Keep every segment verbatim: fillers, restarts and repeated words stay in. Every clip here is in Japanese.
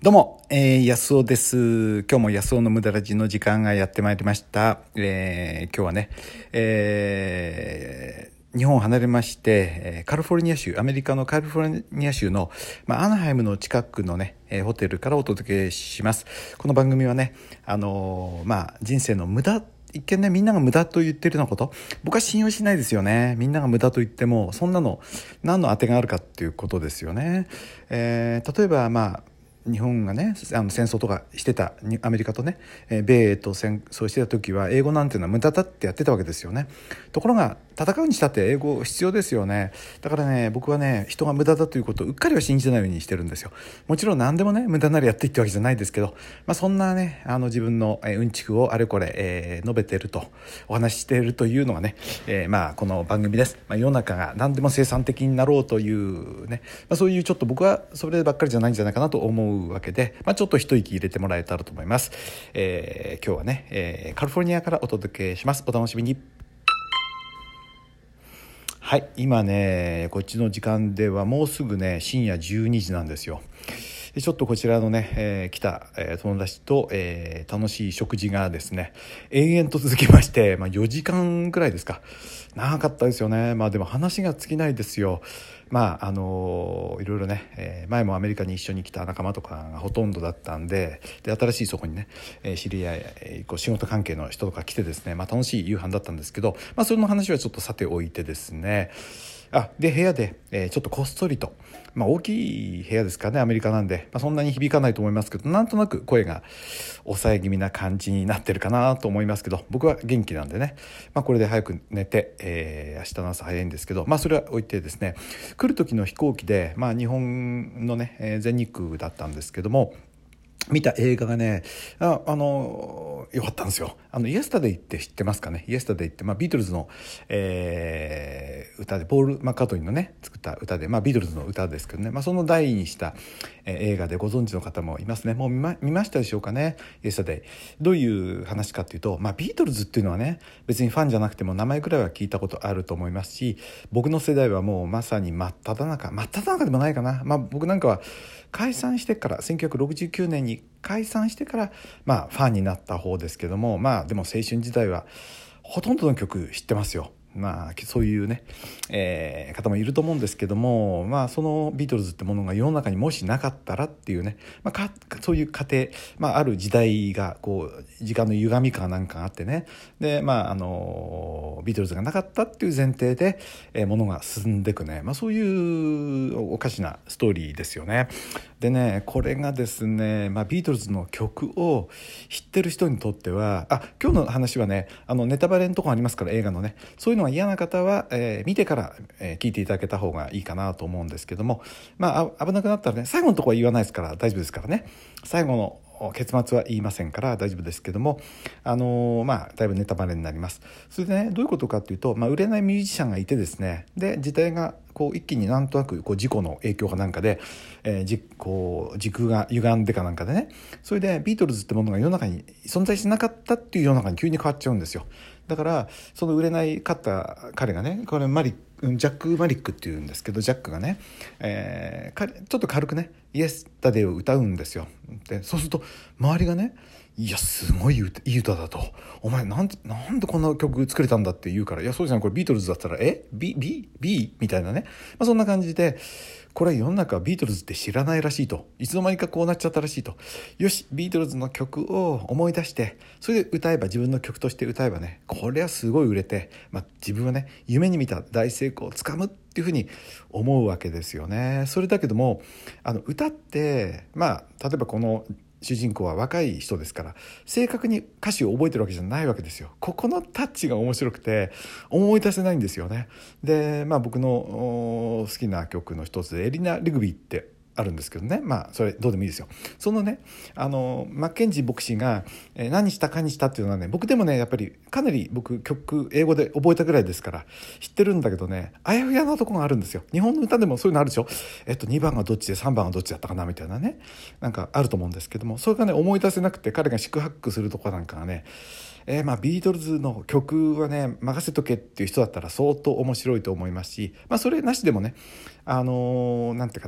どうも、えー、安尾です。今日も安尾の無駄ラジの時間がやってまいりました。えー、今日はね、えー、日本を離れまして、カリフォルニア州、アメリカのカリフォルニア州の、まあ、アナハイムの近くのね、えー、ホテルからお届けします。この番組はね、あのー、まあ、人生の無駄一見ね、みんなが無駄と言ってるようなこと、僕は信用しないですよね。みんなが無駄と言っても、そんなの何の当てがあるかっていうことですよね。えー、例えば、まあ、日本がね、あの戦争とかしてたアメリカとね、米英と戦争してた時は英語なんていうのは無駄だってやってたわけですよね。ところが戦うにしたって英語必要ですよね。だからね、僕はね、人が無駄だということをうっかりは信じないようにしてるんですよ。もちろん何でもね、無駄なりやっていってわけじゃないですけど、まあ、そんなね、あの自分のうんちくをあれこれ、えー、述べてるとお話ししているというのがね、えー、まあこの番組です。まあ、世の中が何でも生産的になろうというね、まあ、そういうちょっと僕はそればっかりじゃないんじゃないかなと思うわけで、まあ、ちょっと一息入れてもらえたらと思います。えー、今日はね、えー、カリフォルニアからお届けします。お楽しみに。はい、今ね、こっちの時間ではもうすぐね、深夜じゅうにじなんですよ。でちょっとこちらのね、えー、来た、えー、友達と、えー、楽しい食事がですね、延々と続きまして、まあ、よじかんくらいですか。長かったですよね。まあでも話が尽きないですよ。まああのー、いろいろね、えー、前もアメリカに一緒に来た仲間とかがほとんどだったんで、で新しいそこにね、えー、知り合い、えー、こう仕事関係の人とか来てですね、まあ楽しい夕飯だったんですけど、まあそれの話はちょっとさておいてですね、あで部屋で、えー、ちょっとこっそりと、まあ、大きい部屋ですかね、アメリカなんで、まあ、そんなに響かないと思いますけど、なんとなく声が抑え気味な感じになってるかなと思いますけど、僕は元気なんでね、まあ、これで早く寝て、えー、明日の朝早いんですけど、まあ、それは置いてですね、来る時の飛行機で、まあ、日本のね、えー、全日空だったんですけども、見た映画がね、あ、あのよかったんですよ。あのイエスタデイって知ってますかね。イエスタデイって、まあ、ビートルズの、えー、歌でポール・マッカートニーのね作った歌で、まあ、ビートルズの歌ですけどね、まあ、その題にした、えー、映画でご存知の方もいますね。もう見ま、見ましたでしょうかね。イエスタデイどういう話かっていうと、まあ、ビートルズっていうのはね、別にファンじゃなくても名前くらいは聞いたことあると思いますし、僕の世代はもうまさに真っ只中真っ只中でもないかな。まあ、僕なんかは解散してからせんきゅうひゃくろくじゅうきゅうねんに解散してから、まあ、ファンになった方ですけども、まあでも青春時代はほとんどの曲知ってますよ。まあ、そういうね、えー、方もいると思うんですけども、まあ、そのビートルズってものが世の中にもしなかったらっていうね、まあ、かそういう過程、まあ、ある時代がこう時間の歪みかなんかがあってね、で、まあ、あのビートルズがなかったっていう前提で、えー、ものが進んでいくね、まあ、そういうおかしなストーリーですよね。でね、これがですね、まあ、ビートルズの曲を知ってる人にとっては、あ、今日の話はね、あのネタバレのとこありますから、映画のね、そういうのが嫌な方は、えー、見てから、えー、聞いていただけた方がいいかなと思うんですけども、まあ、あ危なくなったらね、最後のとこは言わないですから大丈夫ですからね。最後の結末は言いませんから大丈夫ですけども、あのー、まあだいぶネタバレになります。それでね、どういうことかっていうと、まあ、売れないミュージシャンがいてですね、で時代がこう一気になんとなくこう事故の影響かなんかで、えー、じこう時空が歪んでかなんかでね、それでビートルズってものが世の中に存在しなかったっていう世の中に急に変わっちゃうんですよ。だからその売れないかった彼がね、これマリジャック・マリックっていうんですけど、ジャックがね、えー、ちょっと軽くねイエスタデイを歌うんですよ。でそうすると周りがね、いやすごいいい歌だと、お前なんでなんでこんな曲作れたんだって言うから、いやそうじゃん、これビートルズだったらえビビビみたいなね、まあ、そんな感じで、これ世の中はビートルズって知らないらしいと、いつの間にかこうなっちゃったらしいと、よしビートルズの曲を思い出してそれで歌えば、自分の曲として歌えばね、これはすごい売れて、まあ、自分はね夢に見た大成功をつかむっていうふうに思うわけですよね。それだけども、あの歌ってまあ例えばこの主人公は若い人ですから、正確に歌詞を覚えてるわけじゃないわけですよ。ここのタッチが面白くて思い出せないんですよね。で、まあ、僕の好きな曲の一つでエリナ・リグビーってあるんですけどね、まあそれどうでもいいですよ。そのね、あのマッケンジー牧師が、えー、何したかにしたっていうのはね、僕でもねやっぱりかなり僕曲英語で覚えたぐらいですから知ってるんだけどね、あやふやなとこがあるんですよ。日本の歌でもそういうのあるでしょ。えっとにばんがどっちでさんばんがどっちだったかなみたいなね、なんかあると思うんですけども、それがね思い出せなくて、彼が四苦八苦するとこなんかがね、えー、まあビートルズの曲はね任せとけっていう人だったら相当面白いと思いますし、まあそれなしでもね、あのー、なんていうかな、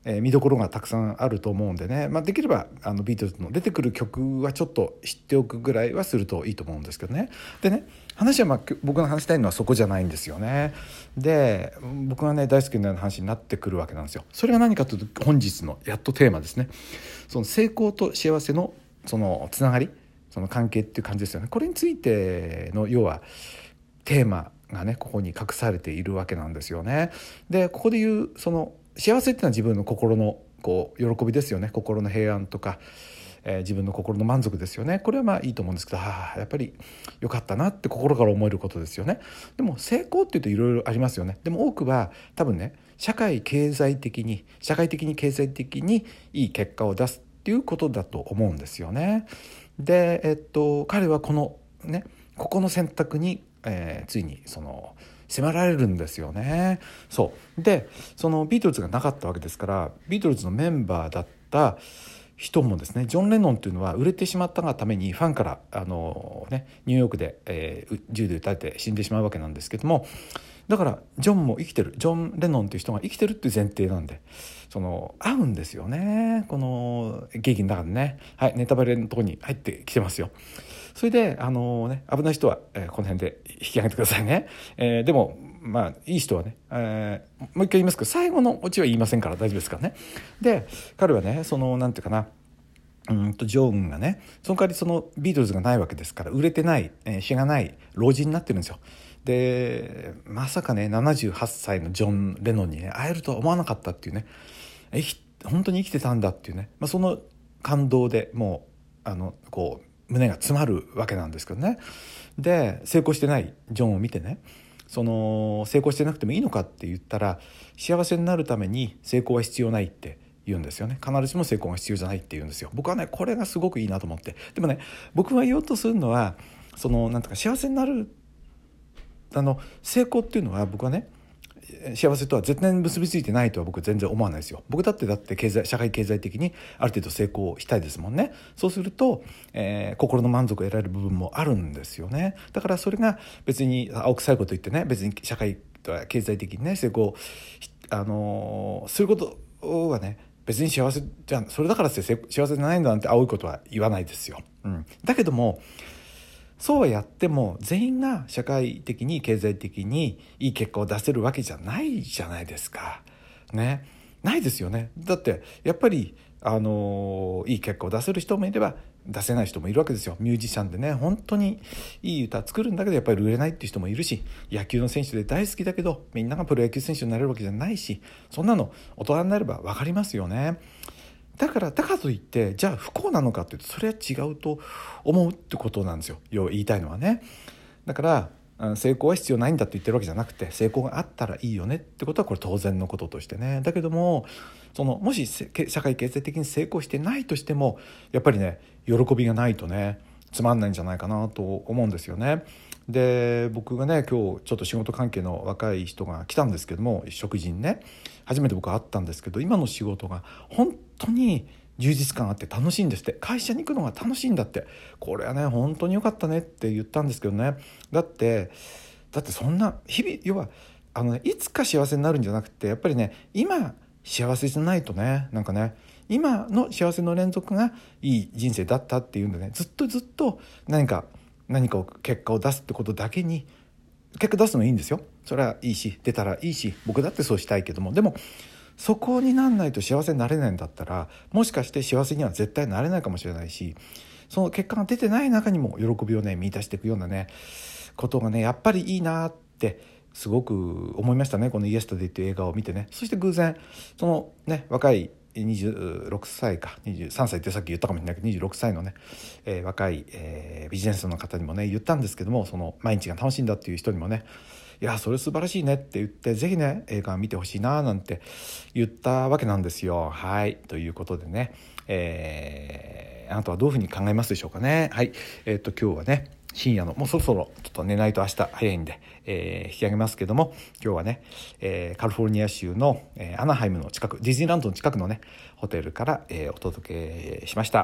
えー、見どころがたくさんあると思うんでね、まあ、できればあのビートルズの出てくる曲はちょっと知っておくぐらいはするといいと思うんですけどね。でね話は、まあ、僕が話したいのはそこじゃないんですよね。で僕がね大好きな話になってくるわけなんですよ。それが何かというと本日のやっとテーマですね。その成功と幸せのそのつながり、その関係っていう感じですよね。これについての要はテーマがねここに隠されているわけなんですよね。でここで言うその幸せっていうのは自分の心のこう喜びですよね。心の平安とか、えー、自分の心の満足ですよね。これはまあいいと思うんですけど、ああやっぱり良かったなって心から思えることですよね。でも成功っていうといろいろありますよね。でも多くは多分ね社会経済的に社会的に経済的にいい結果を出すっていうことだと思うんですよね。でえっと彼はこのねここの選択に、えー、ついにその迫られるんですよね。そうでそのビートルズがなかったわけですから、ビートルズのメンバーだった人もですね、ジョン・レノンというのは売れてしまったがためにファンからあの、ね、ニューヨークで、えー、銃で撃たれて死んでしまうわけなんですけども、だからジョンも生きてる、ジョン・レノンという人が生きてるっていう前提なんで、その合うんですよね、この劇の中でね。はい、ネタバレのところに入ってきてますよ。それであの、ね、危ない人は、えー、この辺で引き上げてくださいね。えー、でもまあいい人はね、えー、もう一回言いますけど最後のオチは言いませんから大丈夫ですからね。で彼はねそのなんていうかな、うんとジョンがねその代わりそのビートルズがないわけですから、売れてない、えー、詩がない老人になってるんですよ。でまさかねななじゅうはっさいのジョン・レノンに、ね、会えるとは思わなかったっていうね、え本当に生きてたんだっていうね、まあ、その感動でもうあのこう胸が詰まるわけなんですけどね。で成功してないジョンを見てね、その成功してなくてもいいのかって言ったら、幸せになるために成功は必要ないって言うんですよね。必ずしも成功が必要じゃないって言うんですよ。僕はねこれがすごくいいなと思って。でもね僕が言おうとするのはそのなんとか幸せになるあの成功っていうのは僕はね幸せとは絶対に結びついてないとは僕全然思わないですよ。僕だってだって経済社会経済的にある程度成功したいですもんね。そうすると、えー、心の満足を得られる部分もあるんですよね。だからそれが別に青臭いこと言ってね、別に社会とは経済的にね成功あのー、することはね別に幸せじゃん、それだからって幸せじゃないんだなんて青いことは言わないですよ。うん、だけどもそうはやっても全員が社会的に経済的にいい結果を出せるわけじゃないじゃないですか。ね、ないですよね。だってやっぱりあのいい結果を出せる人もいれば出せない人もいるわけですよ。ミュージシャンでね本当にいい歌作るんだけどやっぱり売れないっていう人もいるし、野球の選手で大好きだけどみんながプロ野球選手になれるわけじゃないし、そんなの大人になれば分かりますよね。だからだからといってじゃあ不幸なのかっていうとそれは違うと思うってことなんですよ。要は言いたいのはね。だから成功は必要ないんだって言ってるわけじゃなくて、成功があったらいいよねってことはこれ当然のこととしてね。だけどもそのもし社会経済的に成功してないとしてもやっぱりね喜びがないとねつまんないんじゃないかなと思うんですよね。で僕がね今日ちょっと仕事関係の若い人が来たんですけども、食事にね初めて僕は会ったんですけど、今の仕事が本当に充実感あって楽しいんですって。会社に行くのが楽しいんだって。これはね本当に良かったねって言ったんですけどね。だってだってそんな日々要はあの、ね、いつか幸せになるんじゃなくてやっぱりね今幸せじゃないとね、なんかね今の幸せの連続がいい人生だったっていうんでね、ずっとずっと何か何かを結果を出すってことだけに、結果出すのいいんですよ。それはいいし出たらいいし僕だってそうしたいけども、でもそこになんないと幸せになれないんだったらもしかして幸せには絶対なれないかもしれないし、その結果が出てない中にも喜びをね見出していくようなねことがねやっぱりいいなってすごく思いましたね、このイエスタデイという映画を見てね。そして偶然そのね若いにじゅうろくさいかにじゅうさんさいってさっき言ったかもしれないけどにじゅうろくさいのね、えー、若い、えー、ビジネスの方にもね言ったんですけども、その毎日が楽しいんだっていう人にもね、いやそれ素晴らしいねって言ってぜひね映画見てほしいななんて言ったわけなんですよ。はいということでね、えー、あなたはどういうふうに考えますでしょうかね。はい、えー、っと今日はね深夜のもうそろそろちょっと寝ないと明日早いんで、えー、引き上げますけども、今日はね、えー、カリフォルニア州の、えー、アナハイムの近くディズニーランドの近くのねホテルから、えー、お届けしました。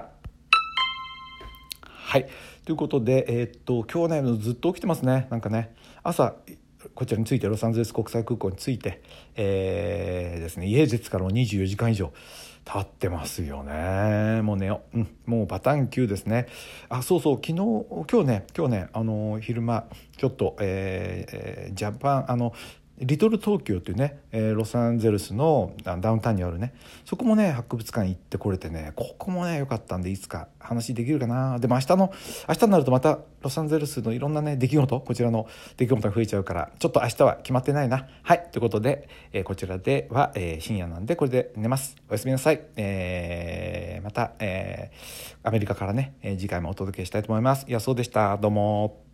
はいということで、えー、っと今日ねずっと起きてますね。なんかね朝こちらに着いて、ロサンゼルス国際空港に着いて、えー、ですね家出からもにじゅうよじかん以上経ってますよね。もう寝よう、うん、もうバタンキューですね。あ、そうそう、昨日今日ね今日ねあの昼間ちょっと、えーえージャパンあのリトル東京っていうね、えーロサンゼルスのダウンタウンにあるね、そこもね博物館行ってこれてね、ここもね良かったんで、いつか話できるかな。でも明日の明日になるとまたロサンゼルスのいろんなね出来事、こちらの出来事が増えちゃうから、ちょっと明日は決まってないな。はいということで、えーこちらでは、えー深夜なんでこれで寝ます。おやすみなさい。えーまた、えーアメリカからね、えー次回もお届けしたいと思います。いやそうでした。どうも。